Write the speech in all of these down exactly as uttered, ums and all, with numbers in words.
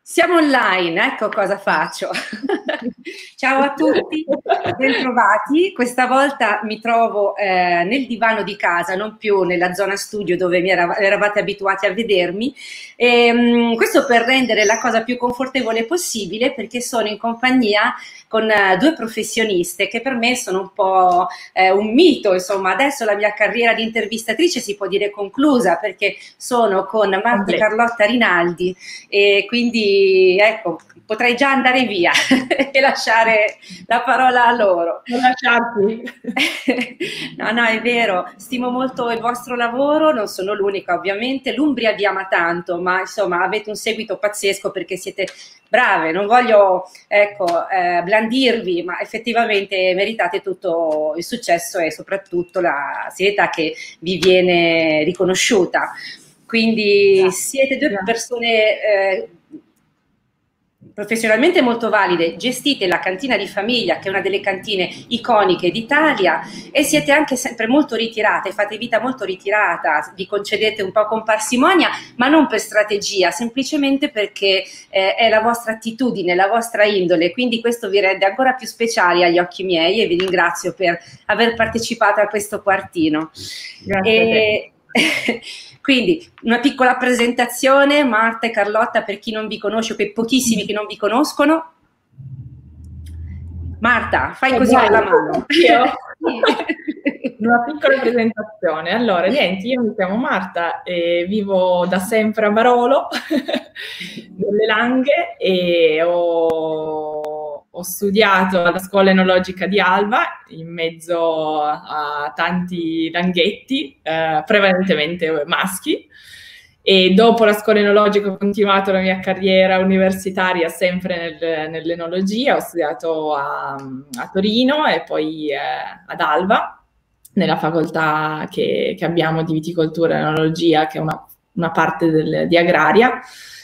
Siamo online, ecco cosa faccio. Ciao a tutti, bentrovati. Questa volta mi trovo eh, nel divano di casa, non più nella zona studio dove mi erav eravate abituati a vedermi. E, mh, questo per rendere la cosa più confortevole possibile, perché sono in compagnia con eh, due professioniste che per me sono un po' eh, un mito. Insomma, adesso la mia carriera di intervistatrice si può dire conclusa, perché sono con Marta e Carlotta Rinaldi e quindi ecco, potrei già andare via e lasciare la parola a loro. Non lasciarti. No, no, è vero, stimo molto il vostro lavoro, non sono l'unica ovviamente, l'Umbria vi ama tanto, ma insomma avete un seguito pazzesco perché siete brave, non voglio ecco, eh, blandirvi, ma effettivamente meritate tutto il successo e soprattutto la serietà che vi viene riconosciuta. Quindi siete due persone eh, professionalmente molto valide, gestite la cantina di famiglia, che è una delle cantine iconiche d'Italia, e siete anche sempre molto ritirate, fate vita molto ritirata, vi concedete un po' con parsimonia, ma non per strategia, semplicemente perché eh, è la vostra attitudine, la vostra indole, quindi questo vi rende ancora più speciali agli occhi miei e vi ringrazio per aver partecipato a questo quartino. Grazie e... Quindi una piccola presentazione, Marta e Carlotta, per chi non vi conosce, quei pochissimi che non vi conoscono. Marta, fai così con la mano. Io? Una piccola presentazione. Allora, niente, io mi chiamo Marta e vivo da sempre a Barolo, nelle Langhe, e ho, ho studiato alla Scuola Enologica di Alba, in mezzo a tanti langhetti, eh, prevalentemente maschi. E dopo la scuola enologica ho continuato la mia carriera universitaria sempre nel, nell'enologia, ho studiato a, a Torino e poi eh, ad Alba, nella facoltà che, che abbiamo di viticoltura e enologia, che è una, una parte del, di agraria.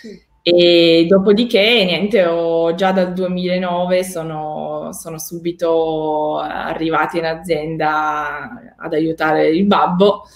E dopodiché, niente, ho, già dal duemilanove sono, sono subito arrivata in azienda ad aiutare il babbo,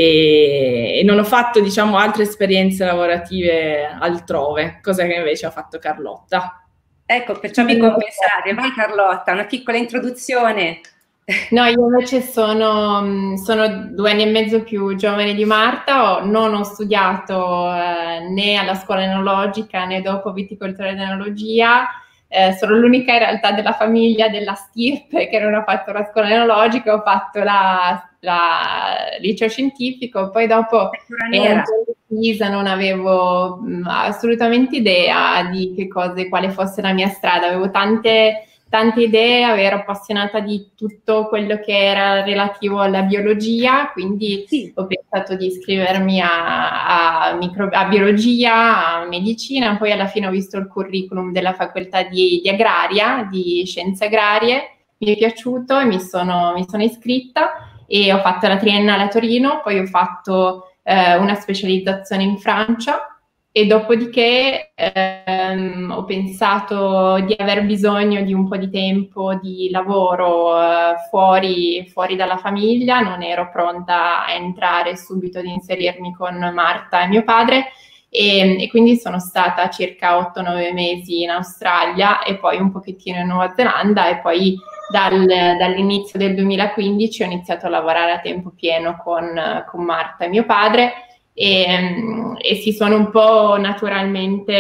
e, e non ho fatto, diciamo, altre esperienze lavorative altrove, cosa che invece ha fatto Carlotta. Ecco, perciò vi compensate. Vai Carlotta, una piccola introduzione. No, io invece sono, sono due anni e mezzo più giovane di Marta, ho, non ho studiato eh, né alla scuola enologica né dopo viticoltura ed enologia. Eh, sono l'unica in realtà della famiglia, della stirpe, che non ha fatto la scuola enologica, ho fatto la, la liceo scientifico, poi dopo ero un po' indecisa, non avevo mh, assolutamente idea di che cosa, quale fosse la mia strada, avevo tante, tante idee, ero appassionata di tutto quello che era relativo alla biologia, quindi sì, ho pensato di iscrivermi a, a, micro, a biologia, a medicina, poi alla fine ho visto il curriculum della facoltà di, di agraria, di scienze agrarie, mi è piaciuto e mi sono, mi sono iscritta e ho fatto la triennale a Torino, poi ho fatto eh, una specializzazione in Francia e dopodiché ehm, ho pensato di aver bisogno di un po' di tempo di lavoro eh, fuori, fuori dalla famiglia, non ero pronta a entrare subito ad inserirmi con Marta e mio padre e, e quindi sono stata circa otto nove mesi in Australia e poi un pochettino in Nuova Zelanda e poi dal, dall'inizio del duemilaquindici ho iniziato a lavorare a tempo pieno con, con Marta e mio padre. E, e si sono un po' naturalmente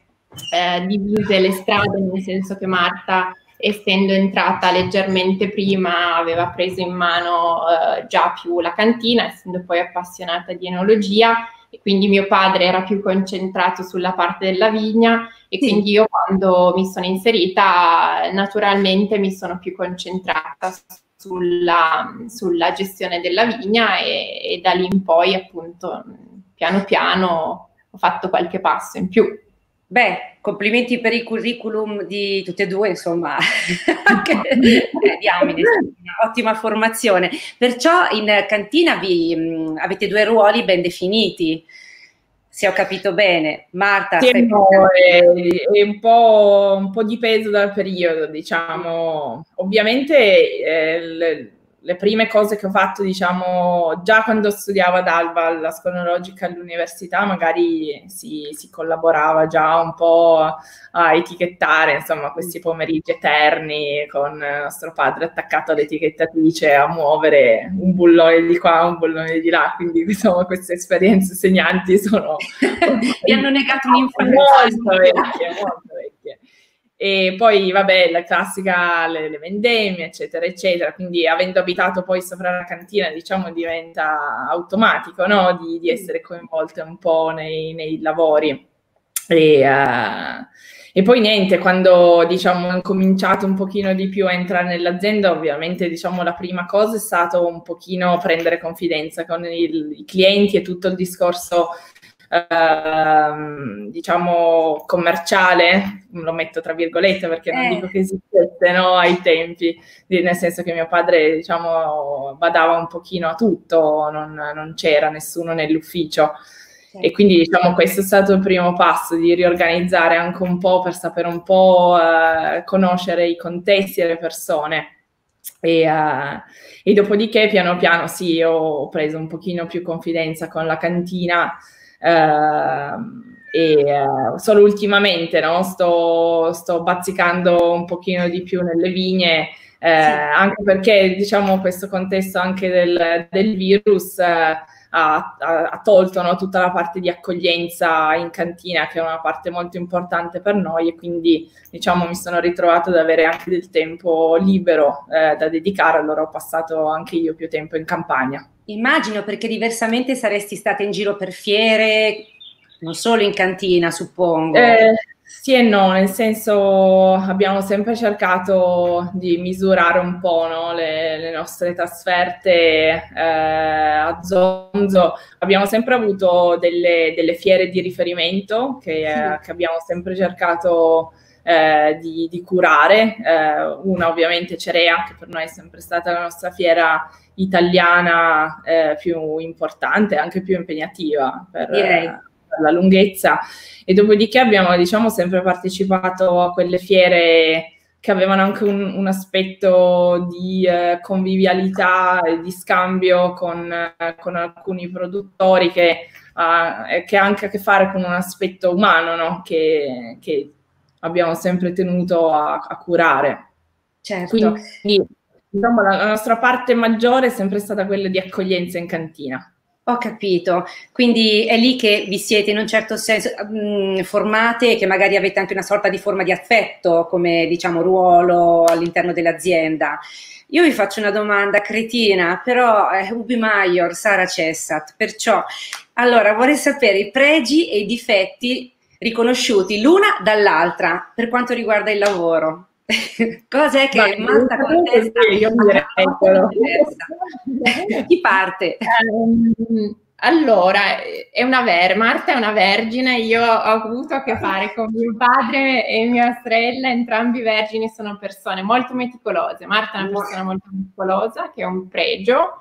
eh, divise le strade, nel senso che Marta, essendo entrata leggermente prima, aveva preso in mano eh, già più la cantina, essendo poi appassionata di enologia, e quindi mio padre era più concentrato sulla parte della vigna e sì, quindi io quando mi sono inserita naturalmente mi sono più concentrata Sulla, sulla gestione della vigna e, e da lì in poi appunto piano piano ho fatto qualche passo in più. Beh, complimenti per il curriculum di tutte e due, insomma, anche eh, diamine, un'ottima formazione. Perciò in cantina vi mh, avete due ruoli ben definiti, se ho capito bene. Marta, sì, stai no, è, è un, po', un po' dipeso dal periodo, diciamo. Ovviamente eh, le prime cose che ho fatto, diciamo, già quando studiavo ad Alba, alla scuola enologica all'università, magari si, si collaborava già un po' a etichettare, insomma, questi pomeriggi eterni con il nostro padre attaccato all'etichettatrice a muovere un bullone di qua, un bullone di là, quindi insomma queste esperienze segnanti sono... Mi hanno negato un'infanzia. Molto vecchie, molto vecchie. E poi, vabbè, la classica, le, le vendemmie, eccetera, eccetera. Quindi, avendo abitato poi sopra la cantina, diciamo, diventa automatico, no? Di, di essere coinvolte un po' nei, nei lavori. E, uh, e poi niente, quando, diciamo, ho cominciato un pochino di più a entrare nell'azienda, ovviamente, diciamo, la prima cosa è stato un pochino prendere confidenza con il, i clienti e tutto il discorso... Uh, diciamo commerciale, lo metto tra virgolette perché non eh. dico che esistesse, no, ai tempi, nel senso che mio padre, diciamo, badava un pochino a tutto, non, non c'era nessuno nell'ufficio. E quindi, diciamo, questo è stato il primo passo, di riorganizzare anche un po' per sapere un po' uh, conoscere i contesti e le persone. E, uh, e dopodiché piano piano sì, ho preso un pochino più confidenza con la cantina. Uh, e uh, solo ultimamente, no, sto, sto bazzicando un pochino di più nelle vigne, uh, sì. Anche perché, diciamo, questo contesto anche del, del virus uh, ha, ha, ha tolto, no, tutta la parte di accoglienza in cantina, che è una parte molto importante per noi, e quindi, diciamo, mi sono ritrovato ad avere anche del tempo libero uh, da dedicare, allora ho passato anche io più tempo in campagna. Immagino, perché diversamente saresti stata in giro per fiere, non solo in cantina, suppongo. Eh, sì e no, nel senso, abbiamo sempre cercato di misurare un po', no, le, le nostre trasferte eh, a zonzo. Abbiamo sempre avuto delle, delle fiere di riferimento che, eh, che abbiamo sempre cercato eh, di, di curare. Eh, una ovviamente Cerea, che per noi è sempre stata la nostra fiera italiana eh, più importante, anche più impegnativa per, Direi. eh, per la lunghezza, e dopodiché abbiamo, diciamo, sempre partecipato a quelle fiere che avevano anche un, un aspetto di eh, convivialità e di scambio con, eh, con alcuni produttori che, uh, che ha anche a che fare con un aspetto umano, no? che, che abbiamo sempre tenuto a, a curare. Certo. Quindi, diciamo, la, la nostra parte maggiore è sempre stata quella di accoglienza in cantina. Ho capito, quindi è lì che vi siete in un certo senso mh, formate, e che magari avete anche una sorta di forma di affetto come, diciamo, ruolo all'interno dell'azienda. Io vi faccio una domanda cretina, però è ubi maior, Sara Cessat, perciò allora vorrei sapere i pregi e i difetti riconosciuti l'una dall'altra per quanto riguarda il lavoro. Cos'è che Beh, Marta contesta? Io direi quello. Chi parte? Um, allora, è una ver- Marta è una vergine, io ho avuto a che fare con mio padre e mia sorella, entrambi vergini, sono persone molto meticolose. Marta è una persona molto meticolosa, che è un pregio,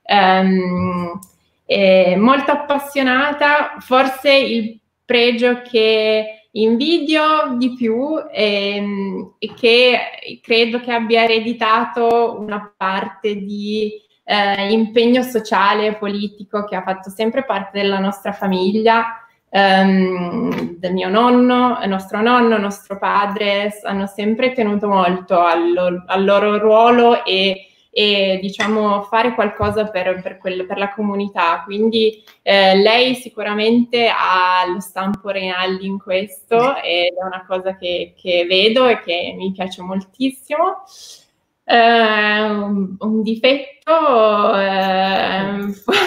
um, è molto appassionata, forse il pregio che invidio di più e, e che credo che abbia ereditato una parte di eh, impegno sociale e politico che ha fatto sempre parte della nostra famiglia, ehm, del mio nonno, il nostro nonno, nostro padre, hanno sempre tenuto molto al, al loro ruolo e e diciamo fare qualcosa per, per, quel, per la comunità, quindi eh, lei sicuramente ha lo stampo Rinaldi in questo ed è una cosa che, che vedo e che mi piace moltissimo. Eh, un, un difetto, eh,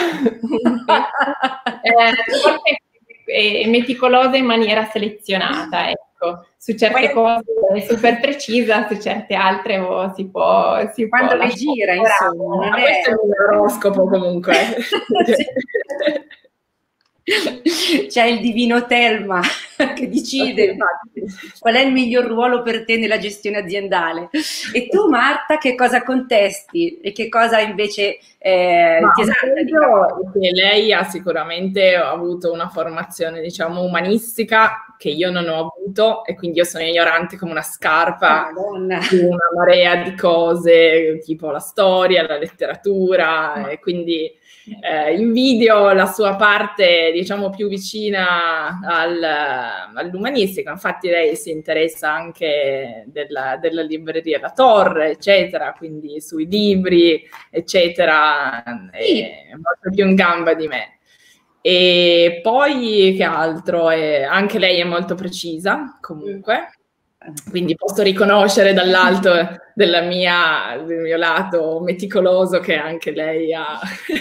forse è meticolosa in maniera selezionata, ecco. Su certe cose è super precisa, su certe altre oh, si può... Si quando può le gira, insomma. Non Ma è... questo è un oroscopo comunque. C'è il divino Telma. che decide qual è il miglior ruolo per te nella gestione aziendale. E tu, Marta, che cosa contesti e che cosa invece eh, ti esalta? Diciamo che lei ha sicuramente avuto una formazione, diciamo, umanistica che io non ho avuto, e quindi io sono ignorante come una scarpa di una marea di cose, tipo la storia, la letteratura, e quindi eh, invidio la sua parte, diciamo, più vicina al, all'umanistica. Infatti lei si interessa anche della, della libreria La Torre, eccetera, quindi sui libri, eccetera, Sì. è molto più in gamba di me. E poi che altro? È, anche lei è molto precisa, comunque, quindi posso riconoscere dall'alto della mia, del mio lato meticoloso che anche lei ha.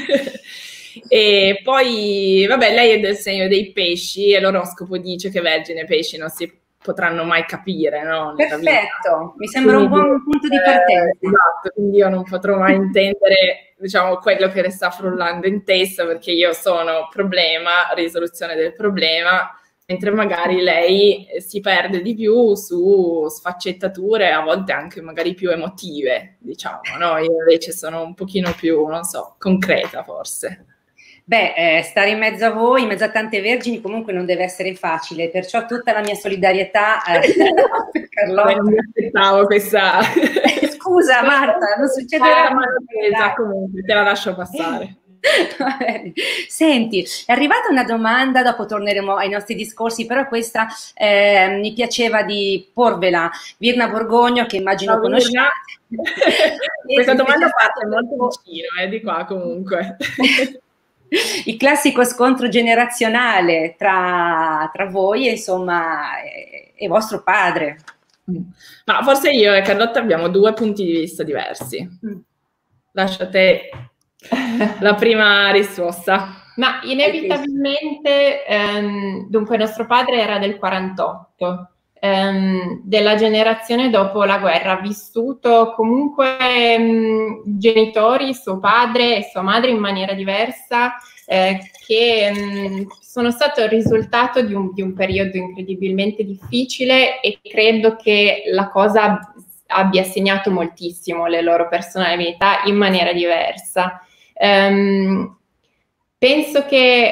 E poi, vabbè, lei è del segno dei pesci e l'oroscopo dice che Vergine e Pesci non si potranno mai capire, no? Perfetto, mi sembra quindi un buon punto di partenza. Eh, esatto, quindi io non potrò mai intendere, diciamo, quello che le sta frullando in testa, perché io sono problema, risoluzione del problema, mentre magari lei si perde di più su sfaccettature, a volte anche magari più emotive, diciamo, no? Io invece sono un pochino più, non so, concreta forse. Beh, eh, stare in mezzo a voi, in mezzo a tante vergini, comunque non deve essere facile, perciò tutta la mia solidarietà eh, per Carlotta. Non mi aspettavo questa... Eh, scusa Marta, non succederà mai. Comunque, te la lascio passare. Senti, è arrivata una domanda, dopo torneremo ai nostri discorsi, però questa eh, mi piaceva di porvela. Virna Borgogno, che immagino no, conosciate. Questa domanda parte molto vicino, eh, di qua comunque. Il classico scontro generazionale tra, tra voi, insomma, e, e vostro padre. Ma forse io e Carlotta abbiamo due punti di vista diversi. Mm. Lascio a te la prima risposta. Ma inevitabilmente, ehm, dunque nostro padre era del quarantotto, ehm, della generazione dopo la guerra, ha vissuto comunque ehm, genitori, suo padre e sua madre in maniera diversa, eh, che ehm, sono stato il risultato di un, di un periodo incredibilmente difficile, e credo che la cosa abbia segnato moltissimo le loro personalità in maniera diversa. Um, penso che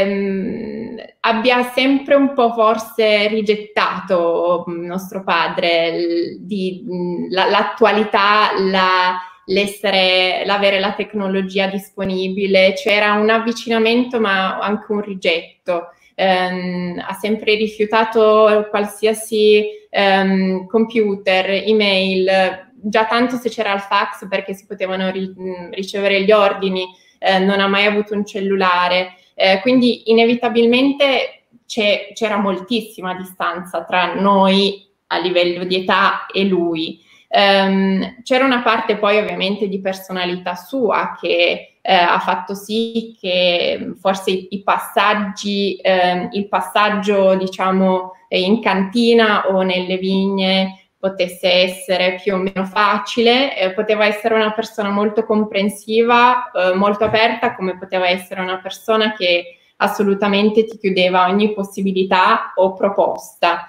um, abbia sempre un po' forse rigettato nostro padre di, la, l'attualità, la, l'essere, l'avere la tecnologia disponibile. C'era un avvicinamento ma anche un rigetto. Um, ha sempre rifiutato qualsiasi um, computer, email, già tanto se c'era il fax perché si potevano ri ricevere gli ordini, eh, non ha mai avuto un cellulare, eh, quindi inevitabilmente c'era moltissima distanza tra noi a livello di età e lui. Um, c'era una parte poi ovviamente di personalità sua che eh, ha fatto sì che forse i, i passaggi, eh, il passaggio diciamo in cantina o nelle vigne potesse essere più o meno facile, eh, poteva essere una persona molto comprensiva, eh, molto aperta, come poteva essere una persona che assolutamente ti chiudeva ogni possibilità o proposta.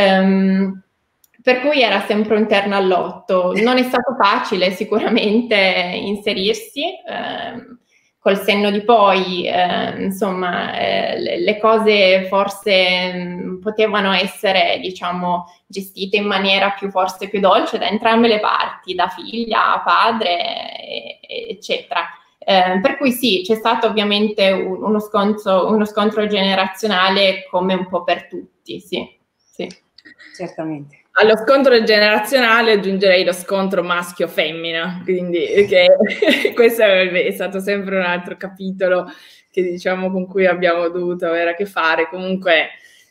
Um, per cui era sempre un terno al lotto. Non è stato facile sicuramente inserirsi, eh, col senno di poi, eh, insomma, eh, le, le cose forse mh, potevano essere, diciamo, gestite in maniera più forse più dolce da entrambe le parti, da figlia a padre, e, eccetera. Eh, per cui sì, c'è stato ovviamente un, uno, scontro, uno scontro generazionale come un po' per tutti, sì, sì. Certamente. Allo scontro generazionale aggiungerei lo scontro maschio-femmina, quindi che questo è stato sempre un altro capitolo che diciamo con cui abbiamo dovuto avere a che fare. Comunque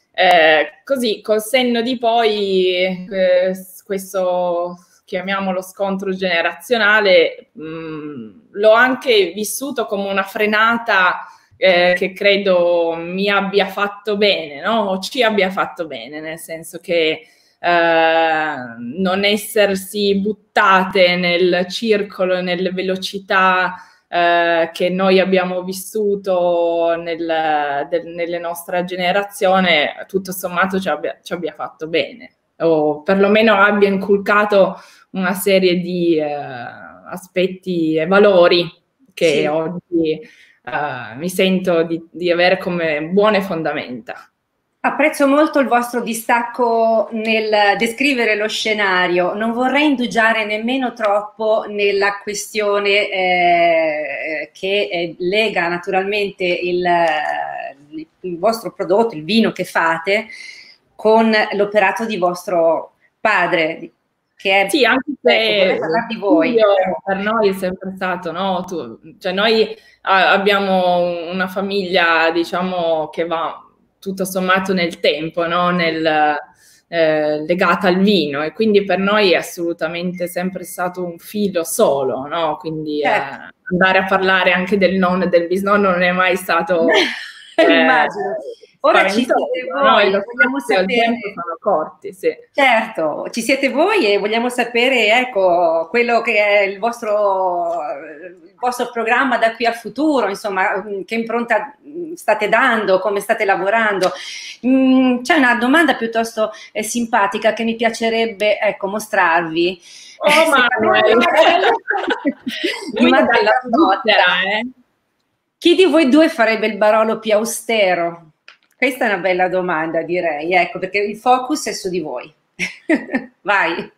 eh, così col senno di poi eh, questo, chiamiamolo scontro generazionale, mh, l'ho anche vissuto come una frenata eh, che credo mi abbia fatto bene, no? O ci abbia fatto bene, nel senso che Uh, non essersi buttate nel circolo, nelle velocità eh, che noi abbiamo vissuto nel, del, nelle nostra generazione, tutto sommato ci abbia, ci abbia fatto bene, o perlomeno abbia inculcato una serie di eh, aspetti e valori che sì. oggi eh, mi sento di, di avere come buone fondamenta. Apprezzo molto il vostro distacco nel descrivere lo scenario. Non vorrei indugiare nemmeno troppo nella questione eh, che eh, lega naturalmente il, il vostro prodotto, il vino che fate, con l'operato di vostro padre, che è... Sì, anche se di voi. Per noi è sempre stato, no? Tu, cioè noi abbiamo una famiglia, diciamo, che va tutto sommato nel tempo, no? Nel, eh, legata al vino, e quindi per noi è assolutamente sempre stato un filo solo, no? Quindi certo. eh, andare a parlare anche del nonno e del bisnonno non è mai stato... eh, immagino. Ora ci siete voi, no, vogliamo sapere... sono corti, sì. Certo, ci siete voi e vogliamo sapere, ecco, quello che è il vostro, il vostro programma da qui al futuro, insomma, che impronta state dando, come state lavorando. Mm, c'è una domanda piuttosto eh, simpatica che mi piacerebbe, ecco, mostrarvi. Oh, Manuel! Prima della Svizzera, eh? Chi di voi due farebbe il Barolo più austero? Questa è una bella domanda, direi, ecco, perché il focus è su di voi. Vai.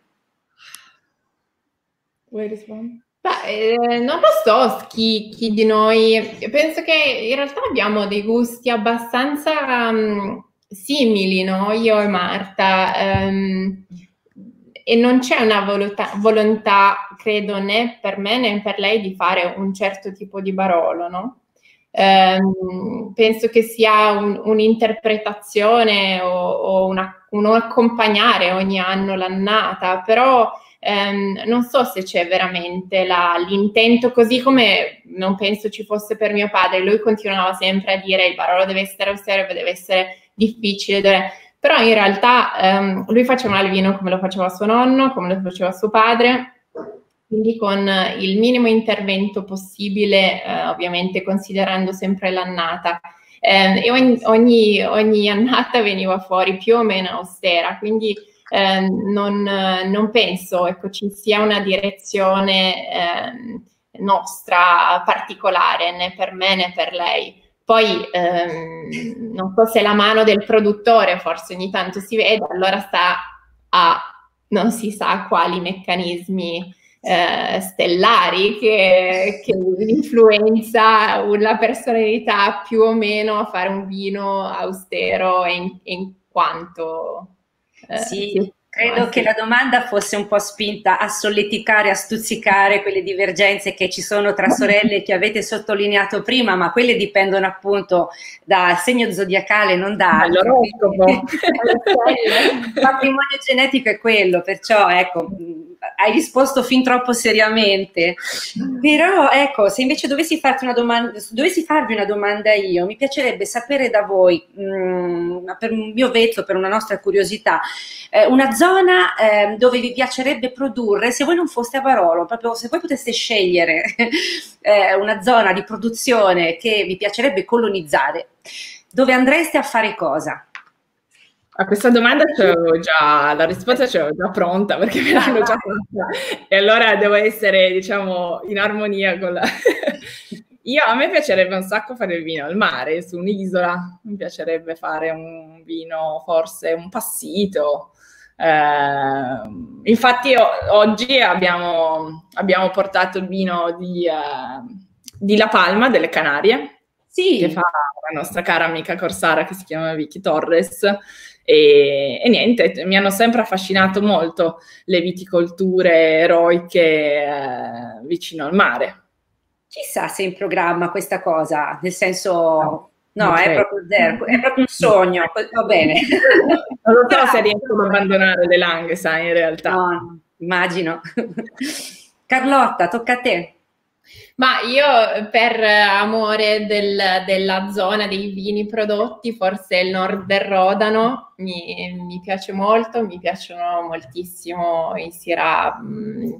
Vuoi rispondere? Beh, eh, non lo so chi, chi di noi, penso che in realtà abbiamo dei gusti abbastanza um, simili, no? Io e Marta, um, e non c'è una volontà, volontà, credo, né per me né per lei di fare un certo tipo di Barolo, no? Um, penso che sia un, un'interpretazione o, o una, un accompagnare ogni anno l'annata, però um, non so se c'è veramente la, l'intento, così come non penso ci fosse per mio padre. Lui continuava sempre a dire il Barolo deve essere austero, deve essere difficile, deve... però in realtà um, lui faceva il vino come lo faceva suo nonno, come lo faceva suo padre, quindi con il minimo intervento possibile, eh, ovviamente considerando sempre l'annata. Eh, e ogni, ogni, ogni annata veniva fuori più o meno austera, quindi eh, non, non penso, ecco, ci sia una direzione eh, nostra particolare, né per me né per lei. Poi ehm, non so se la mano del produttore forse ogni tanto si vede, allora sta a non si sa quali meccanismi Eh, stellari che, che influenza la personalità più o meno a fare un vino austero in, in quanto eh, sì, sì, credo sì. che la domanda fosse un po' spinta a solleticare, a stuzzicare quelle divergenze che ci sono tra sorelle che avete sottolineato prima, ma quelle dipendono appunto dal segno zodiacale, non da altro. Il patrimonio genetico è quello, perciò ecco, hai risposto fin troppo seriamente. Però ecco, se invece dovessi farti una domanda, dovessi farvi una domanda io, mi piacerebbe sapere da voi, mh, per un mio vezzo, per una nostra curiosità, eh, una zona eh, dove vi piacerebbe produrre, se voi non foste a Barolo, proprio se voi poteste scegliere eh, una zona di produzione che vi piacerebbe colonizzare, dove andreste a fare cosa? A questa domanda c'avevo già, la risposta ce l'avevo già pronta perché me l'hanno già fatta e allora devo essere, diciamo, in armonia con la... Io, a me piacerebbe un sacco fare il vino al mare, su un'isola, mi piacerebbe fare un vino, forse un passito. Eh, infatti o- oggi abbiamo, abbiamo portato il vino di, uh, di La Palma, delle Canarie, sì. Che fa la nostra cara amica corsara che si chiama Vicky Torres. E, e niente, mi hanno sempre affascinato molto le viticolture eroiche eh, vicino al mare. Chissà se è in programma questa cosa, nel senso, no, no è proprio zero, è proprio un sogno, va bene. Non lo so se riesco ad abbandonare le Langhe, sai, in realtà. No, immagino. Carlotta, tocca a te. Ma io per amore del, della zona dei vini prodotti, forse il nord del Rodano mi, mi piace molto, mi piacciono moltissimo i Syrah,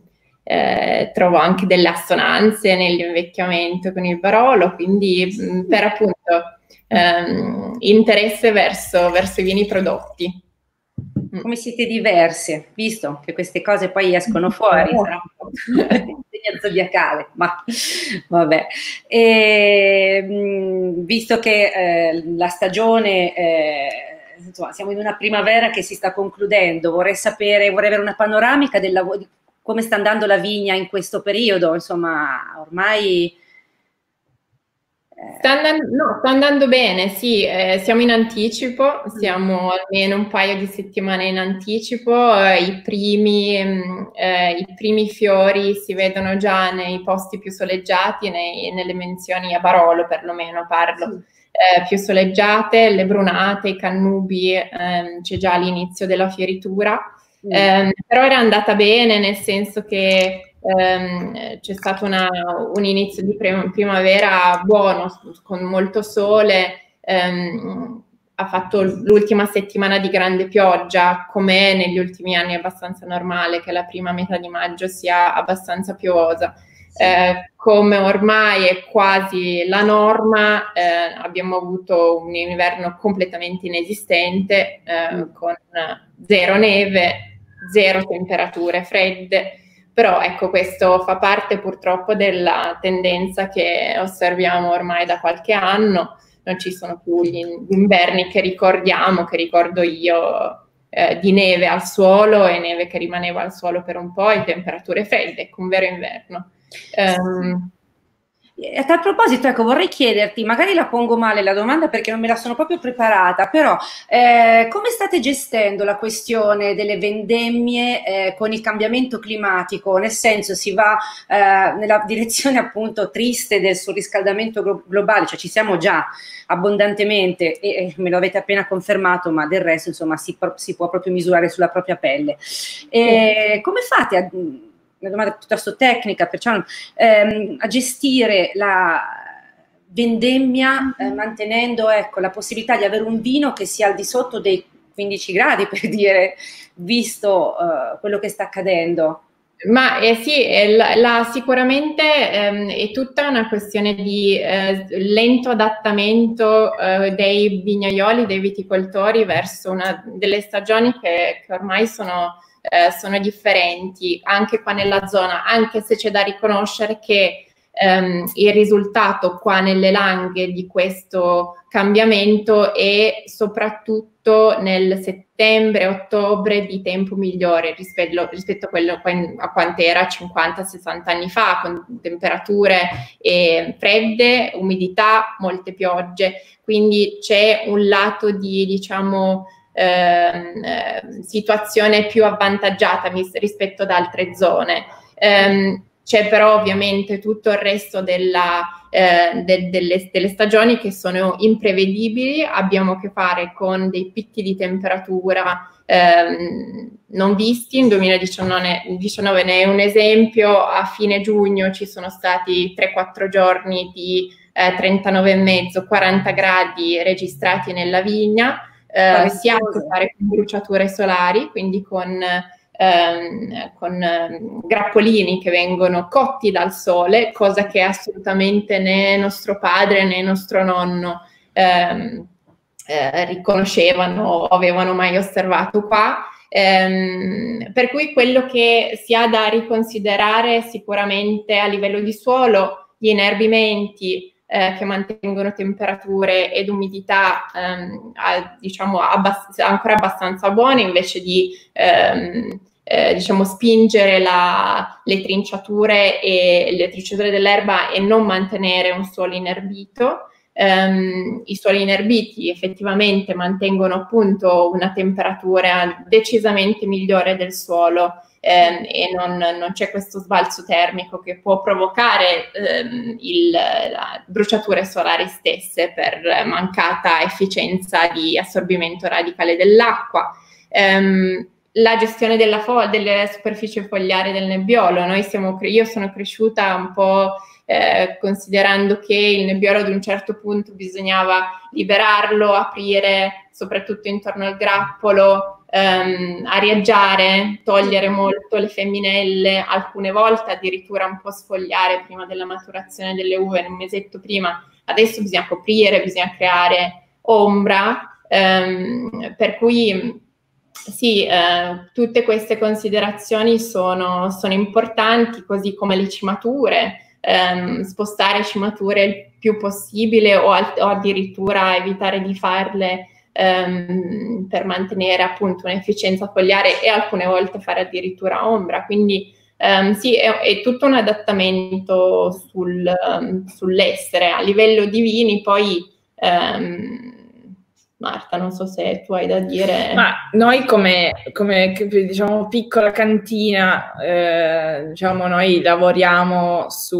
eh, trovo anche delle assonanze nell'invecchiamento con il Barolo, quindi mh, per appunto ehm, interesse verso, verso i vini prodotti. Come siete diverse, visto che queste cose poi escono fuori, sarà un po' segno zodiacale, ma vabbè. E, mh, visto che eh, la stagione, eh, insomma, siamo in una primavera che si sta concludendo, vorrei sapere, vorrei avere una panoramica del lavoro, di come sta andando la vigna in questo periodo, insomma, ormai... Sta andando, no, sta andando bene, sì, eh, siamo in anticipo, siamo almeno un paio di settimane in anticipo, eh, i, primi, mh, eh, i primi fiori si vedono già nei posti più soleggiati, nei, nelle menzioni a Barolo perlomeno parlo, eh, più soleggiate, le brunate, i cannubi, ehm, c'è già l'inizio della fioritura, mm. eh, però era andata bene nel senso che Um, c'è stato una, un inizio di prim- primavera buono, con molto sole, um, ha fatto l'ultima settimana di grande pioggia, come negli ultimi anni è abbastanza normale che la prima metà di maggio sia abbastanza piovosa. Sì. Eh, come ormai è quasi la norma, eh, abbiamo avuto un inverno completamente inesistente, eh, mm. con zero neve, zero temperature fredde. Però ecco, questo fa parte purtroppo della tendenza che osserviamo ormai da qualche anno, non ci sono più gli inverni che ricordiamo, che ricordo io, eh, di neve al suolo e neve che rimaneva al suolo per un po' e temperature fredde, ecco, un vero inverno. Um, A tal proposito, ecco, vorrei chiederti, magari la pongo male la domanda perché non me la sono proprio preparata, però eh, come state gestendo la questione delle vendemmie eh, con il cambiamento climatico? Nel senso, si va eh, nella direzione appunto triste del surriscaldamento glo- globale, cioè ci siamo già abbondantemente e, e me lo avete appena confermato, ma del resto insomma si, si può proprio misurare sulla propria pelle. E, come fate a... una domanda piuttosto tecnica, perciò ehm, a gestire la vendemmia eh, mantenendo, ecco, la possibilità di avere un vino che sia al di sotto dei quindici gradi, per dire, visto eh, quello che sta accadendo? Ma eh, sì, la, la, sicuramente ehm, è tutta una questione di eh, lento adattamento eh, dei vignaioli, dei viticoltori verso una delle stagioni che, che ormai sono... Eh, sono differenti anche qua nella zona, anche se c'è da riconoscere che ehm, il risultato qua nelle Langhe di questo cambiamento è soprattutto nel settembre-ottobre di tempo migliore rispetto, rispetto a quello a quanto era cinquanta sessanta anni fa, con temperature eh, fredde, umidità, molte piogge, quindi c'è un lato di, diciamo, Eh, situazione più avvantaggiata rispetto ad altre zone. Eh, c'è però ovviamente tutto il resto della, eh, de, delle, delle stagioni che sono imprevedibili, abbiamo a che fare con dei picchi di temperatura eh, non visti. In duemiladiciannove ne è un esempio, a fine giugno ci sono stati tre quattro giorni di eh, trentanove e mezzo quaranta gradi registrati nella vigna. Uh, si ha a che fare con bruciature solari, quindi con, ehm, con ehm, grappolini che vengono cotti dal sole, cosa che assolutamente né nostro padre né nostro nonno ehm, eh, riconoscevano o avevano mai osservato qua. Ehm, per cui quello che si ha da riconsiderare sicuramente a livello di suolo, gli inerbimenti, Eh, che mantengono temperature ed umidità ehm, a, diciamo abbast- ancora abbastanza buone, invece di ehm, eh, diciamo spingere la, le trinciature e le trinciature dell'erba e non mantenere un suolo inerbito. Um, i suoli inerbiti effettivamente mantengono appunto una temperatura decisamente migliore del suolo ehm, e non, non c'è questo sbalzo termico che può provocare ehm, il, la bruciature solari stesse per mancata efficienza di assorbimento radicale dell'acqua. Um, la gestione della fo- delle superfici fogliari del nebbiolo, noi siamo, io sono cresciuta un po' Eh, considerando che il nebbiolo ad un certo punto bisognava liberarlo, aprire soprattutto intorno al grappolo, ehm, arieggiare, togliere molto le femminelle, alcune volte addirittura un po' sfogliare prima della maturazione delle uve, un mesetto prima. Adesso bisogna coprire, bisogna creare ombra, ehm, per cui sì, eh, tutte queste considerazioni sono, sono importanti, così come le cimature, ehm, spostare cimature il più possibile o, al, o addirittura evitare di farle ehm, per mantenere appunto un'efficienza fogliare e alcune volte fare addirittura ombra. Quindi ehm, sì, è, è tutto un adattamento sul, um, sull'essere. A livello di vini poi... Ehm, Marta, non so se tu hai da dire. Ma noi come, come diciamo piccola cantina, eh, diciamo noi lavoriamo su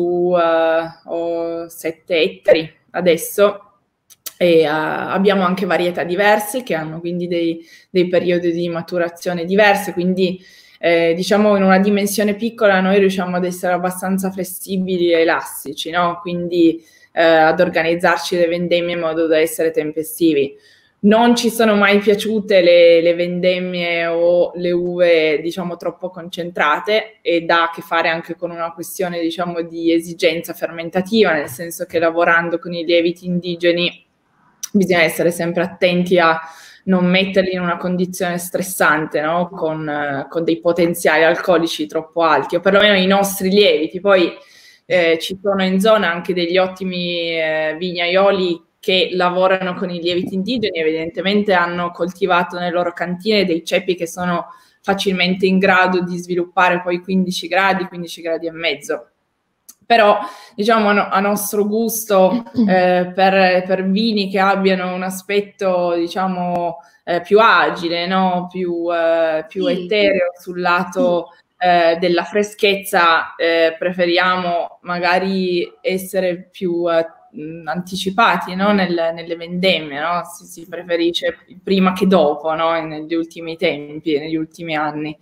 uh, oh, sette ettari adesso e uh, abbiamo anche varietà diverse che hanno quindi dei, dei periodi di maturazione diversi, quindi eh, diciamo in una dimensione piccola noi riusciamo ad essere abbastanza flessibili e elastici, no? Quindi eh, ad organizzarci le vendemmie in modo da essere tempestivi. Non ci sono mai piaciute le, le vendemmie o le uve, diciamo, troppo concentrate, ed ha a che fare anche con una questione, diciamo, di esigenza fermentativa, nel senso che lavorando con i lieviti indigeni bisogna essere sempre attenti a non metterli in una condizione stressante, no? Con, eh, con dei potenziali alcolici troppo alti, o perlomeno i nostri lieviti. Poi eh, ci sono in zona anche degli ottimi eh, vignaioli che lavorano con i lieviti indigeni, evidentemente hanno coltivato nelle loro cantine dei cepi che sono facilmente in grado di sviluppare poi quindici gradi, quindici gradi e mezzo. Però, diciamo, a nostro gusto, eh, per, per vini che abbiano un aspetto, diciamo, eh, più agile, no? più, eh, più Sì. etereo sul lato eh, della freschezza, eh, preferiamo magari essere più eh, anticipati, no? Nel, nelle vendemmie, no? Si, si preferisce prima che dopo, no? Negli ultimi tempi, negli ultimi anni.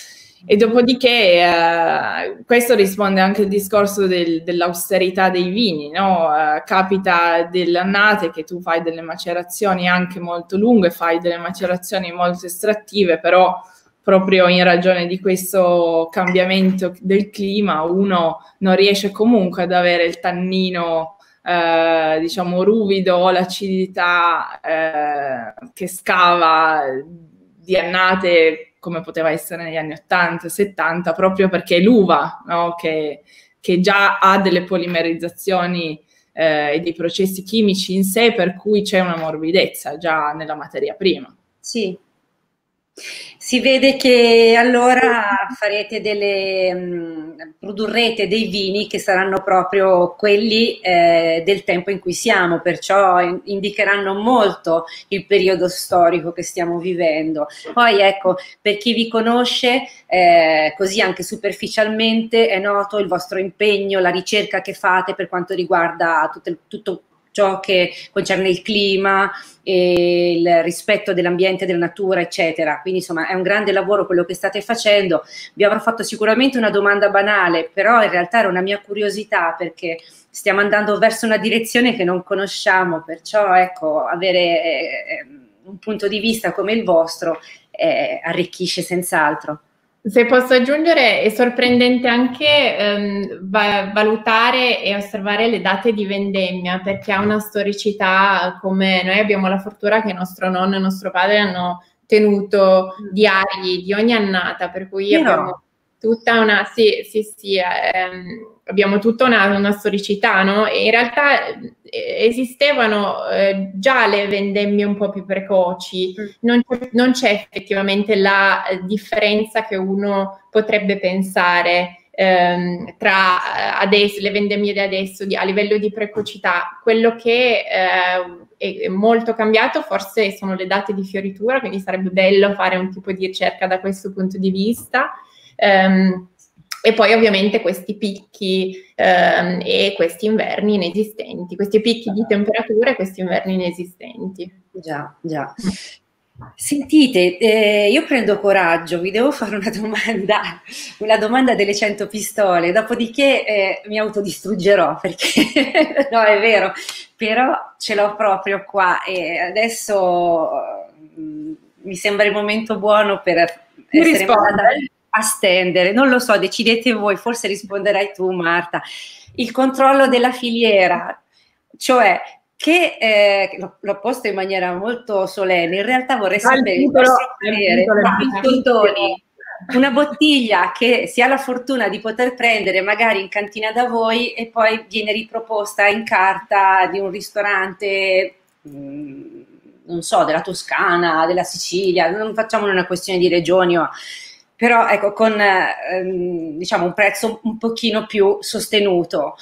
E dopodiché eh, questo risponde anche al discorso del, dell'austerità dei vini, no? Eh, capita delle annate che tu fai delle macerazioni anche molto lunghe, fai delle macerazioni molto estrattive, però proprio in ragione di questo cambiamento del clima uno non riesce comunque ad avere il tannino eh, diciamo ruvido o l'acidità eh, che scava di annate come poteva essere negli anni ottanta settanta, proprio perché è l'uva, no? che, che già ha delle polimerizzazioni eh, e dei processi chimici in sé, per cui c'è una morbidezza già nella materia prima. Sì. Si vede che allora farete delle, mh, produrrete dei vini che saranno proprio quelli eh, del tempo in cui siamo, perciò in, indicheranno molto il periodo storico che stiamo vivendo. Poi ecco, per chi vi conosce, eh, così anche superficialmente, è noto il vostro impegno, la ricerca che fate per quanto riguarda tutto, tutto ciò che concerne il clima e il rispetto dell'ambiente, della natura, eccetera. Quindi insomma è un grande lavoro quello che state facendo. Vi avrò fatto sicuramente una domanda banale, però in realtà era una mia curiosità, perché stiamo andando verso una direzione che non conosciamo, perciò ecco, avere eh, un punto di vista come il vostro eh, arricchisce senz'altro. Se posso aggiungere, è sorprendente anche ehm, va valutare e osservare le date di vendemmia, perché ha una storicità, come noi abbiamo la fortuna che nostro nonno e nostro padre hanno tenuto diari di ogni annata, per cui Io abbiamo no. tutta una, sì, sì, sì, ehm, abbiamo tutta una, una storicità, no? E in realtà eh, esistevano eh, già le vendemmie un po' più precoci, non, non c'è effettivamente la eh, differenza che uno potrebbe pensare ehm, tra adesso, le vendemmie di adesso di, a livello di precocità. Quello che eh, è molto cambiato forse sono le date di fioritura, quindi sarebbe bello fare un tipo di ricerca da questo punto di vista. Um, e poi ovviamente questi picchi um, e questi inverni inesistenti, questi picchi di temperatura e questi inverni inesistenti. Già, già. Sentite, eh, io prendo coraggio, vi devo fare una domanda, una domanda delle cento pistole, dopodiché eh, mi autodistruggerò, perché no, è vero, però ce l'ho proprio qua e adesso mh, mi sembra il momento buono per essere mandata a stendere. Non lo so, decidete voi, forse risponderai tu, Marta. Il controllo della filiera, cioè che eh, l'ho posto in maniera molto solenne, in realtà vorrei sapere il vostro parere, in soldoni. Una bottiglia che si ha la fortuna di poter prendere magari in cantina da voi e poi viene riproposta in carta di un ristorante, mh, non so, della Toscana, della Sicilia, non facciamo una questione di regioni, o, però ecco, con ehm, diciamo un prezzo un pochino più sostenuto.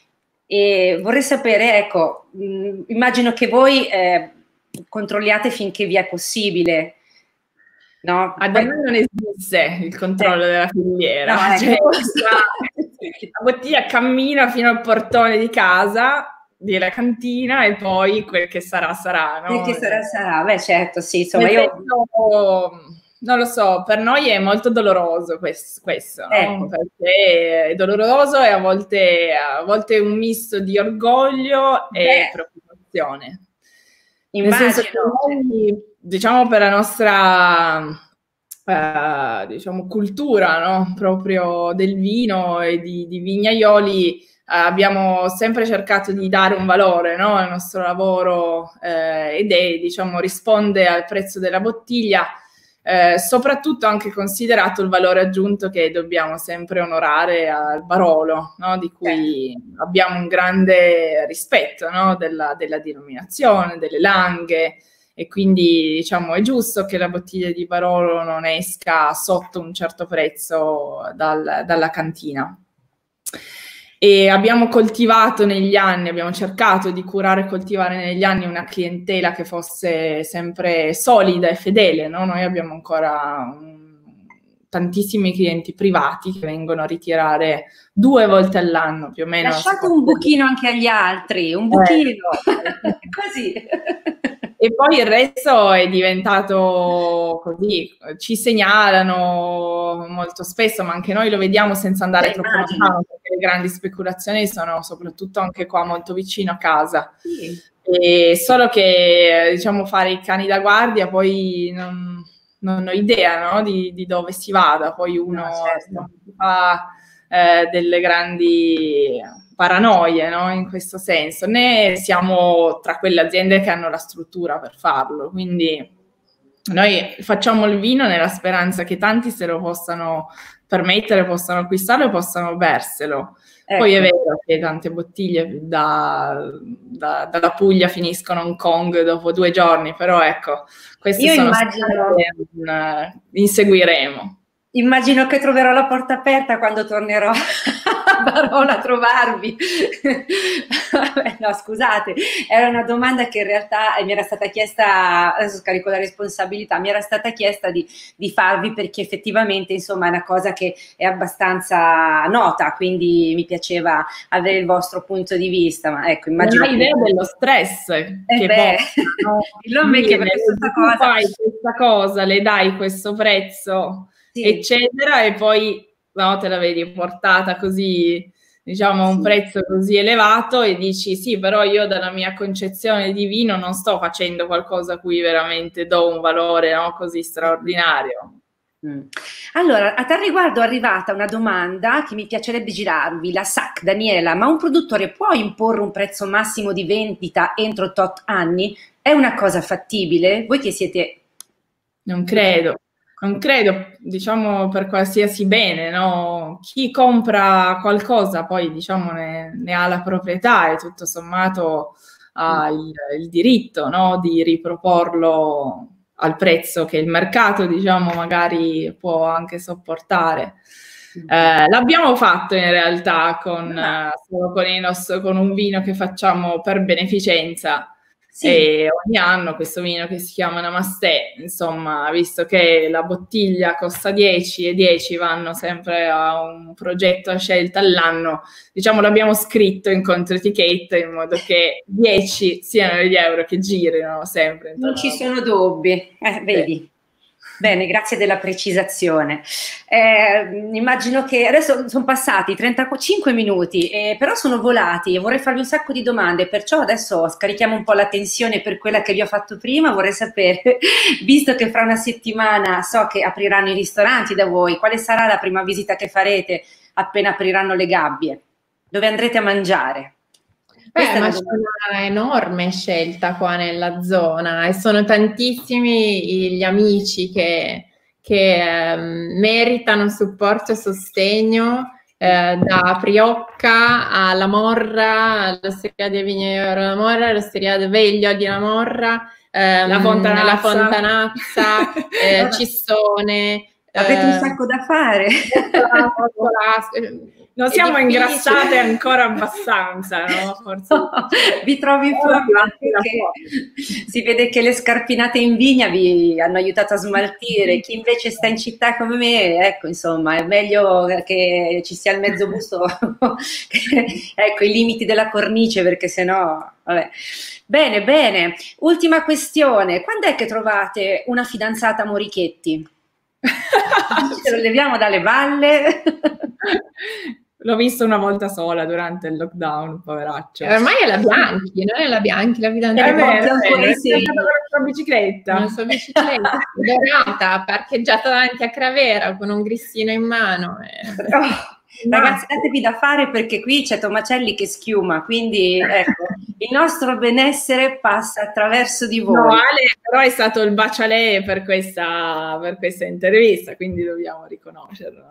E vorrei sapere, ecco, mh, immagino che voi eh, controlliate finché vi è possibile. No, a noi non esiste il controllo eh. della filiera, no, cioè, ecco. la bottiglia cammina fino al portone di casa, della cantina, e poi quel che sarà sarà, no? Quel che sarà sarà, beh certo, sì, insomma io... Penso, non lo so, per noi è molto doloroso questo, questo ecco. no? Perché è doloroso e a volte, a volte un misto di orgoglio beh. e preoccupazione. Immagino. Nel senso che noi, diciamo, per la nostra eh, diciamo, cultura, no? Proprio del vino e di, di vignaioli, eh, abbiamo sempre cercato di dare un valore, no? Al nostro lavoro eh, ed è, diciamo, risponde al prezzo della bottiglia, eh, soprattutto anche considerato il valore aggiunto che dobbiamo sempre onorare al Barolo, no? Di cui eh. abbiamo un grande rispetto, no? della, della denominazione, delle langhe, e quindi diciamo è giusto che la bottiglia di Barolo non esca sotto un certo prezzo dal, dalla cantina. E abbiamo coltivato negli anni, abbiamo cercato di curare e coltivare negli anni una clientela che fosse sempre solida e fedele, no? Noi abbiamo ancora um, tantissimi clienti privati che vengono a ritirare due volte all'anno più o meno. Lasciate un buchino anche agli altri, un buchino, eh. Così. E poi il resto è diventato così, ci segnalano molto spesso, ma anche noi lo vediamo senza andare eh, troppo lontano, perché le grandi speculazioni sono soprattutto anche qua molto vicino a casa. Sì. E solo che, diciamo, fare i cani da guardia poi non, non ho idea, no? di, di dove si vada, poi uno no, certo. fa eh, delle grandi... paranoie, no? In questo senso, né siamo tra quelle aziende che hanno la struttura per farlo, quindi noi facciamo il vino nella speranza che tanti se lo possano permettere, possano acquistarlo e possano berselo. Ecco. Poi è vero che tante bottiglie da, da, dalla Puglia finiscono a Hong Kong dopo due giorni, però ecco, queste Io sono immagino... state, uh, inseguiremo. Immagino che troverò la porta aperta quando tornerò a Barolo a trovarvi. No, scusate, era una domanda che in realtà mi era stata chiesta, adesso scarico la responsabilità, mi era stata chiesta di, di farvi perché effettivamente insomma è una cosa che è abbastanza nota, quindi mi piaceva avere il vostro punto di vista, ma ecco, immagino... Non hai idea dello stress eh che beh, dillo a me che per questa cosa... fai questa cosa, le dai questo prezzo... Sì. eccetera, e poi no, te la vedi portata così, diciamo, a un sì. prezzo così elevato e dici sì, però io dalla mia concezione di vino non sto facendo qualcosa a cui veramente do un valore, no, così straordinario. Mm. Allora, a tal riguardo è arrivata una domanda che mi piacerebbe girarvi, la S A C, Daniela, ma un produttore può imporre un prezzo massimo di vendita entro tot anni? È una cosa fattibile? Voi che siete... Non credo. Non credo, diciamo, per qualsiasi bene, no? Chi compra qualcosa poi, diciamo, ne, ne ha la proprietà e tutto sommato ha il, il diritto, no? Di riproporlo al prezzo che il mercato, diciamo, magari può anche sopportare. Eh, l'abbiamo fatto in realtà con, eh, solo con, il nostro, con un vino che facciamo per beneficenza. Sì. E ogni anno questo vino che si chiama Namaste, insomma, visto che la bottiglia costa dieci e dieci vanno sempre a un progetto a scelta all'anno, diciamo l'abbiamo scritto in controetichetta in modo che dieci siano gli euro che girino sempre. Non ci sono dubbi, eh, vedi. Bene, grazie della precisazione. Eh, immagino che adesso sono passati trentacinque minuti, eh, però sono volati e vorrei farvi un sacco di domande, perciò adesso scarichiamo un po' la tensione per quella che vi ho fatto prima. Vorrei sapere, visto che fra una settimana so che apriranno i ristoranti da voi, quale sarà la prima visita che farete appena apriranno le gabbie? Dove andrete a mangiare? Beh, ma c'è una enorme scelta qua nella zona e sono tantissimi gli amici che, che eh, meritano supporto e sostegno, eh, da Priocca alla Morra, all'Osteria di Vignaiolo della Morra, all'Osteria del Veglio di La Morra, ehm, la Fontanazza, la Fontanazza eh, Cissone. Avete un sacco da fare. Non siamo ingrassate ancora abbastanza, no? Forse. No, vi trovi in forma perché si vede che le scarpinate in vigna vi hanno aiutato a smaltire. Chi invece sta in città come me, ecco, insomma, è meglio che ci sia il mezzo busto, ecco, i limiti della cornice, perché sennò, vabbè. Bene, bene. Ultima questione. Quando è che trovate una fidanzata a Morichetti? Ce lo leviamo dalle balle. L'ho visto una volta sola durante il lockdown, poveraccio. E ormai è la Bianchi, non è la Bianchi, la fidanzata. È vero, è vero, è stata con la sua bicicletta. La sua bicicletta, dorata, parcheggiata davanti a Cravera con un grissino in mano. E... Oh, ragazzi, datevi da fare perché qui c'è Tomacelli che schiuma, quindi ecco, il nostro benessere passa attraverso di voi. No, Ale però è stato il bacialè per questa, per questa intervista, quindi dobbiamo riconoscerlo.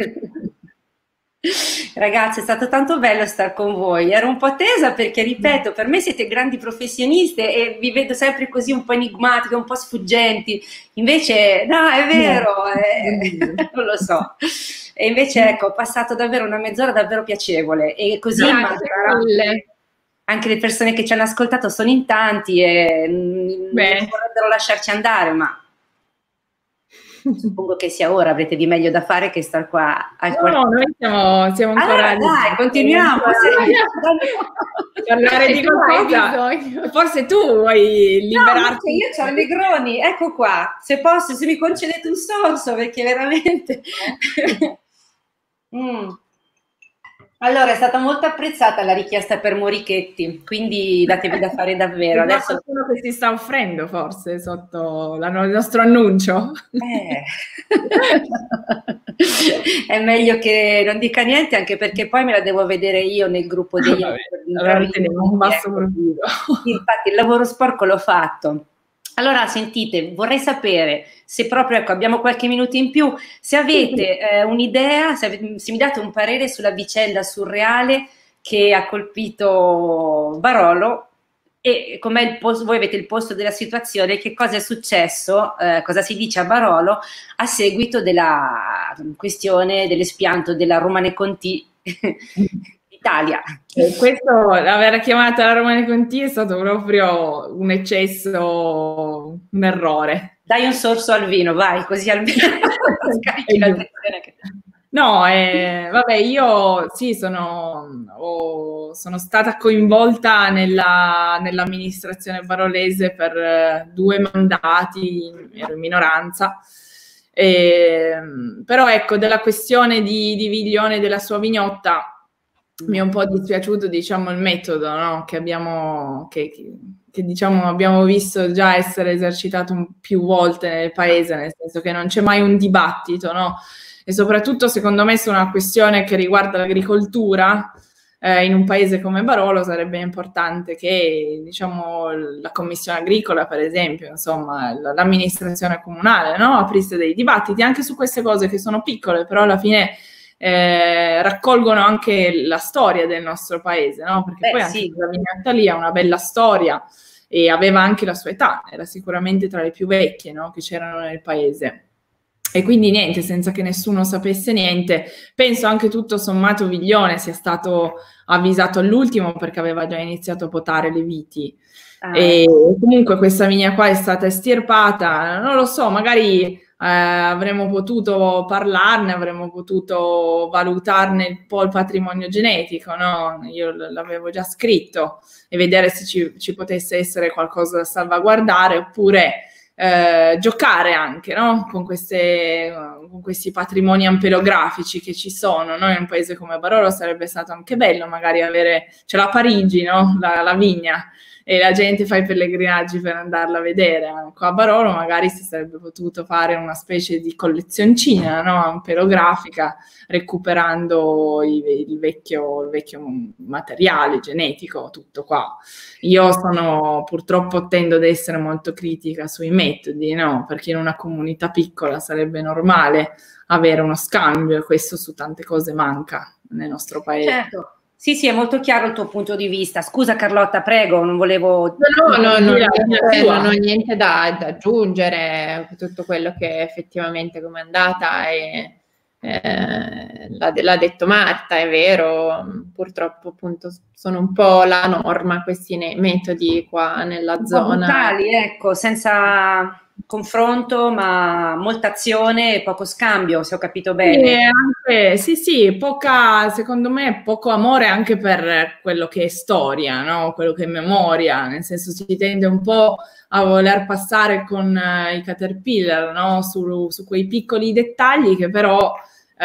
Ragazzi, è stato tanto bello stare con voi. Ero un po' tesa perché, ripeto, per me siete grandi professioniste e vi vedo sempre così un po' enigmatiche, un po' sfuggenti. Invece, no, è vero, eh, non lo so. E invece, ecco, ho passato davvero una mezz'ora davvero piacevole e così Grazie. Anche le persone che ci hanno ascoltato sono in tanti e Beh. non vorrebbero lasciarci andare, ma suppongo che sia ora, avrete di meglio da fare che star qua al quarto. No, noi siamo, siamo ancora allora, dai, continuiamo a parlare di qualcosa. Forse tu vuoi liberarti. No, io c'ho i Negroni, ecco qua, se posso, se mi concedete un sorso, perché veramente mm. Allora, è stata molto apprezzata la richiesta per Morichetti, quindi datevi da fare davvero. C'è adesso qualcuno che si sta offrendo forse sotto la, il nostro annuncio. Eh. È meglio che non dica niente, anche perché poi me la devo vedere io nel gruppo degli altri. Allora teniamo un basso profilo. Infatti il lavoro sporco l'ho fatto. Allora, sentite, vorrei sapere se proprio, ecco, abbiamo qualche minuto in più, se avete eh, un'idea, se, avete, se mi date un parere sulla vicenda surreale che ha colpito Barolo e com'è il posto, voi avete il posto della situazione, che cosa è successo, eh, cosa si dice a Barolo a seguito della questione dell'espianto della Romane Conti Italia. E questo, aver chiamata la Romane Conti è stato proprio un eccesso, un errore. Dai un sorso al vino, vai, così almeno scarichi la tensione che... No, eh, vabbè, io sì, sono, ho, sono stata coinvolta nella, nell'amministrazione barolese per eh, due mandati, ero in minoranza. E, però ecco, della questione di, di Viglione e della sua vignotta mi è un po' dispiaciuto, diciamo, il metodo, no? che abbiamo che, che, che diciamo abbiamo visto già essere esercitato un, più volte nel paese, nel senso che non c'è mai un dibattito, no? E soprattutto secondo me su una questione che riguarda l'agricoltura eh, in un paese come Barolo sarebbe importante che, diciamo, la commissione agricola, per esempio, insomma, l'amministrazione comunale, no? aprisse dei dibattiti anche su queste cose che sono piccole, però alla fine Eh, raccolgono anche la storia del nostro paese, no? Perché Beh, poi anche sì. la vignotta lì ha una bella storia e aveva anche la sua età, era sicuramente tra le più vecchie, no? che c'erano nel paese. E quindi niente, senza che nessuno sapesse niente, penso anche tutto sommato Viglione sia stato avvisato all'ultimo perché aveva già iniziato a potare le viti. Ah. E comunque questa vigna qua è stata estirpata, non lo so, magari Eh, avremmo potuto parlarne, avremmo potuto valutarne un po' il patrimonio genetico, no? Io l'avevo già scritto e vedere se ci, ci potesse essere qualcosa da salvaguardare, oppure eh, giocare anche, no? Con, queste, con questi patrimoni ampelografici che ci sono, no? In un paese come Barolo sarebbe stato anche bello magari avere, c'è la Parigi, no? La, la vigna, e la gente fa i pellegrinaggi per andarla a vedere. Qua a Barolo magari si sarebbe potuto fare una specie di collezioncina, no? Ampelografica, recuperando i, il, vecchio, il vecchio materiale genetico, tutto qua. Io sono, purtroppo tendo ad essere molto critica sui metodi, no? Perché in una comunità piccola sarebbe normale avere uno scambio, e questo su tante cose manca nel nostro paese. Certo. Sì, sì, è molto chiaro il tuo punto di vista. Scusa Carlotta, prego, non volevo... No, no, no, no, non ho niente da, da aggiungere, tutto quello che effettivamente come è andata è, eh, l'ha, l'ha detto Marta, è vero, purtroppo appunto sono un po' la norma questi metodi qua nella zona. Brutali, ecco, senza confronto, ma molta azione e poco scambio, se ho capito bene. Sì, anche, sì, sì, poca, secondo me poco amore anche per quello che è storia, no? Quello che è memoria, nel senso si tende un po' a voler passare con uh, i Caterpillar, no? Su, su quei piccoli dettagli che però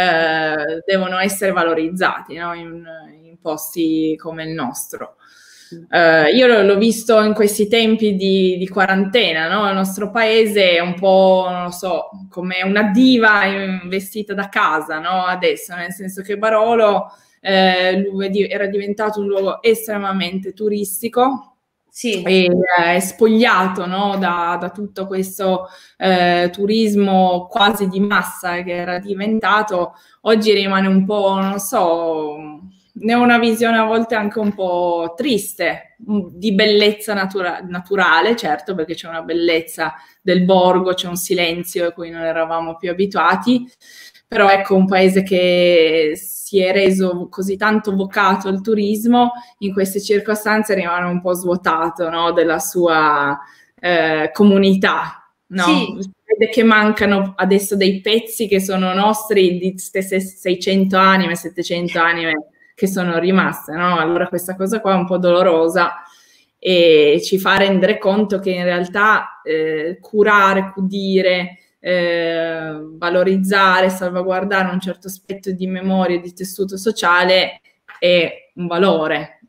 eh, devono essere valorizzati, no? in, in posti come il nostro. Uh, io l'ho visto in questi tempi di, di quarantena, no? Il nostro paese è un po', non lo so, come una diva vestita da casa, no? Adesso, nel senso che Barolo eh, era diventato un luogo estremamente turistico, sì, e eh, è spogliato, no? da, da tutto questo eh, turismo quasi di massa che era diventato. Oggi rimane un po', non so, ne ho una visione a volte anche un po' triste, di bellezza natura- naturale, certo, perché c'è una bellezza del borgo, c'è un silenzio a cui non eravamo più abituati, però ecco, un paese che si è reso così tanto vocato al turismo, in queste circostanze rimane un po' svuotato, no? Della sua eh, comunità, no? Sì. Vede che mancano adesso dei pezzi che sono nostri di queste seicento anime, settecento anime che sono rimaste, no? Allora questa cosa qua è un po' dolorosa e ci fa rendere conto che in realtà eh, curare, accudire, eh, valorizzare, salvaguardare un certo aspetto di memoria e di tessuto sociale è un valore.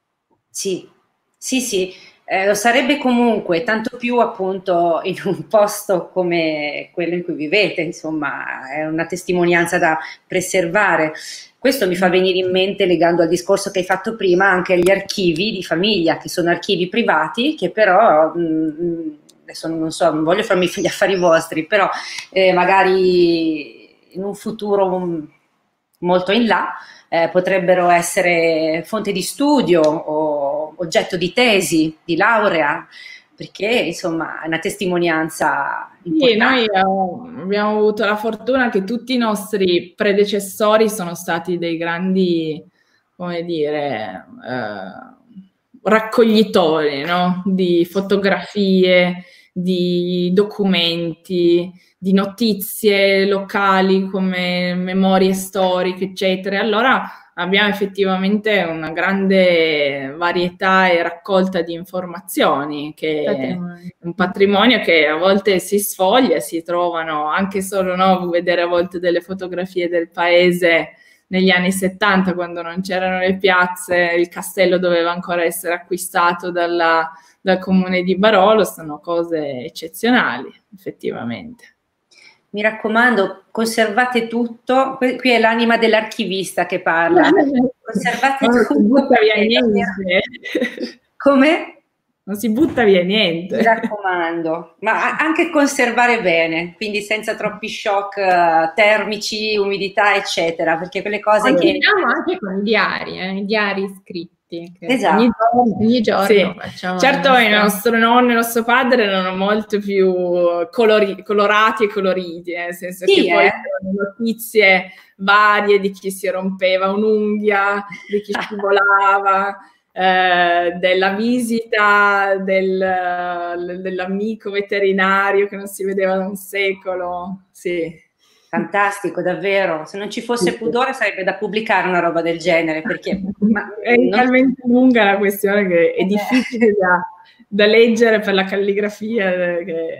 Sì, sì, sì. Eh, lo sarebbe comunque, tanto più appunto in un posto come quello in cui vivete, insomma, è una testimonianza da preservare. Questo mi fa venire in mente, legando al discorso che hai fatto prima, anche gli archivi di famiglia, che sono archivi privati, che però, mh, adesso non so, non voglio farmi gli affari vostri, però eh, magari in un futuro mh, molto in là, eh, potrebbero essere fonte di studio o oggetto di tesi, di laurea, perché insomma è una testimonianza importante. Sì, noi abbiamo avuto la fortuna che tutti i nostri predecessori sono stati dei grandi, come dire, eh, raccoglitori, no? Di fotografie, di documenti, di notizie locali come memorie storiche, eccetera. Allora abbiamo effettivamente una grande varietà e raccolta di informazioni, che patrimonio. È un patrimonio che a volte si sfoglia, si trovano anche solo, no, vedere a volte delle fotografie del paese negli anni settanta, quando non c'erano le piazze, il castello doveva ancora essere acquistato dalla, dal comune di Barolo, sono cose eccezionali, effettivamente. Mi raccomando, conservate tutto. Qui è l'anima dell'archivista che parla. Conservate non tutto. Non si butta via niente. Come? Non si butta via niente. Mi raccomando. Ma anche conservare bene, quindi senza troppi shock uh, termici, umidità, eccetera, perché quelle cose Poi che... Andiamo anche con i diari, eh, i diari scritti. Che esatto. Ogni giorno, ogni giorno sì. facciamo. Certo, il nostro nonno e il nostro padre erano molto più colori, colorati e coloriti, nel senso sì, che poi eh? c'erano notizie varie di chi si rompeva un'unghia, di chi scivolava, eh, della visita del, dell'amico veterinario che non si vedeva da un secolo. Sì. Fantastico, davvero. Se non ci fosse pudore sarebbe da pubblicare una roba del genere, perché ma, è non... talmente lunga la questione che è difficile da, da leggere per la calligrafia. Che...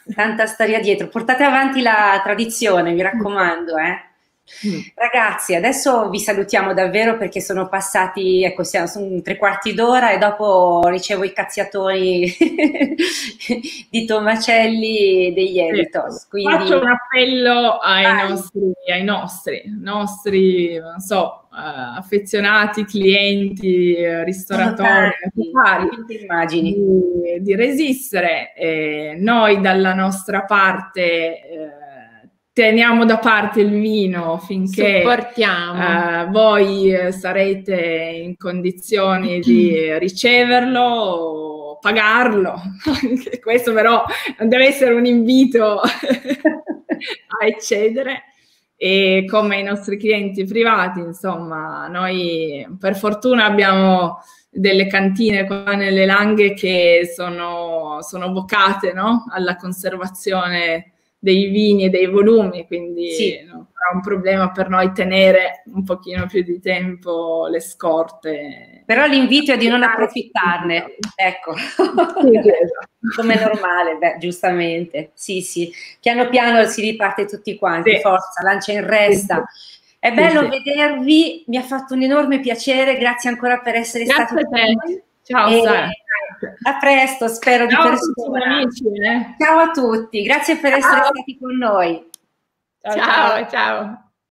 Tanta storia dietro. Portate avanti la tradizione, mi raccomando, eh. Mm. Ragazzi, adesso vi salutiamo davvero perché sono passati, ecco, siamo, sono tre quarti d'ora e dopo ricevo i cazziatoni di Tomacelli e degli Editos. Quindi... Faccio un appello ai Vai. nostri, ai nostri, nostri, non so, uh, affezionati, clienti, ristoratori, immagini. Di, di resistere. Eh, noi dalla nostra parte eh, teniamo da parte il vino finché uh, voi sarete in condizioni di riceverlo, pagarlo. Questo però non deve essere un invito a eccedere. E come i nostri clienti privati, insomma, noi per fortuna abbiamo delle cantine qua nelle Langhe che sono, sono vocate, no? Alla conservazione dei vini e dei volumi, quindi sì. non sarà un problema per noi tenere un pochino più di tempo le scorte. Però l'invito è di non approfittarne, ecco, sì, come è normale, beh, giustamente, sì sì, piano piano si riparte tutti quanti, sì. Forza, lancia in resta. Sì. È bello sì, sì. vedervi, mi ha fatto un enorme piacere, grazie ancora per essere grazie stati con noi. Ciao e Sara. A presto, spero ciao di persona. Amici, eh. Ciao a tutti, grazie per essere ciao. stati con noi. Ciao, ciao. ciao.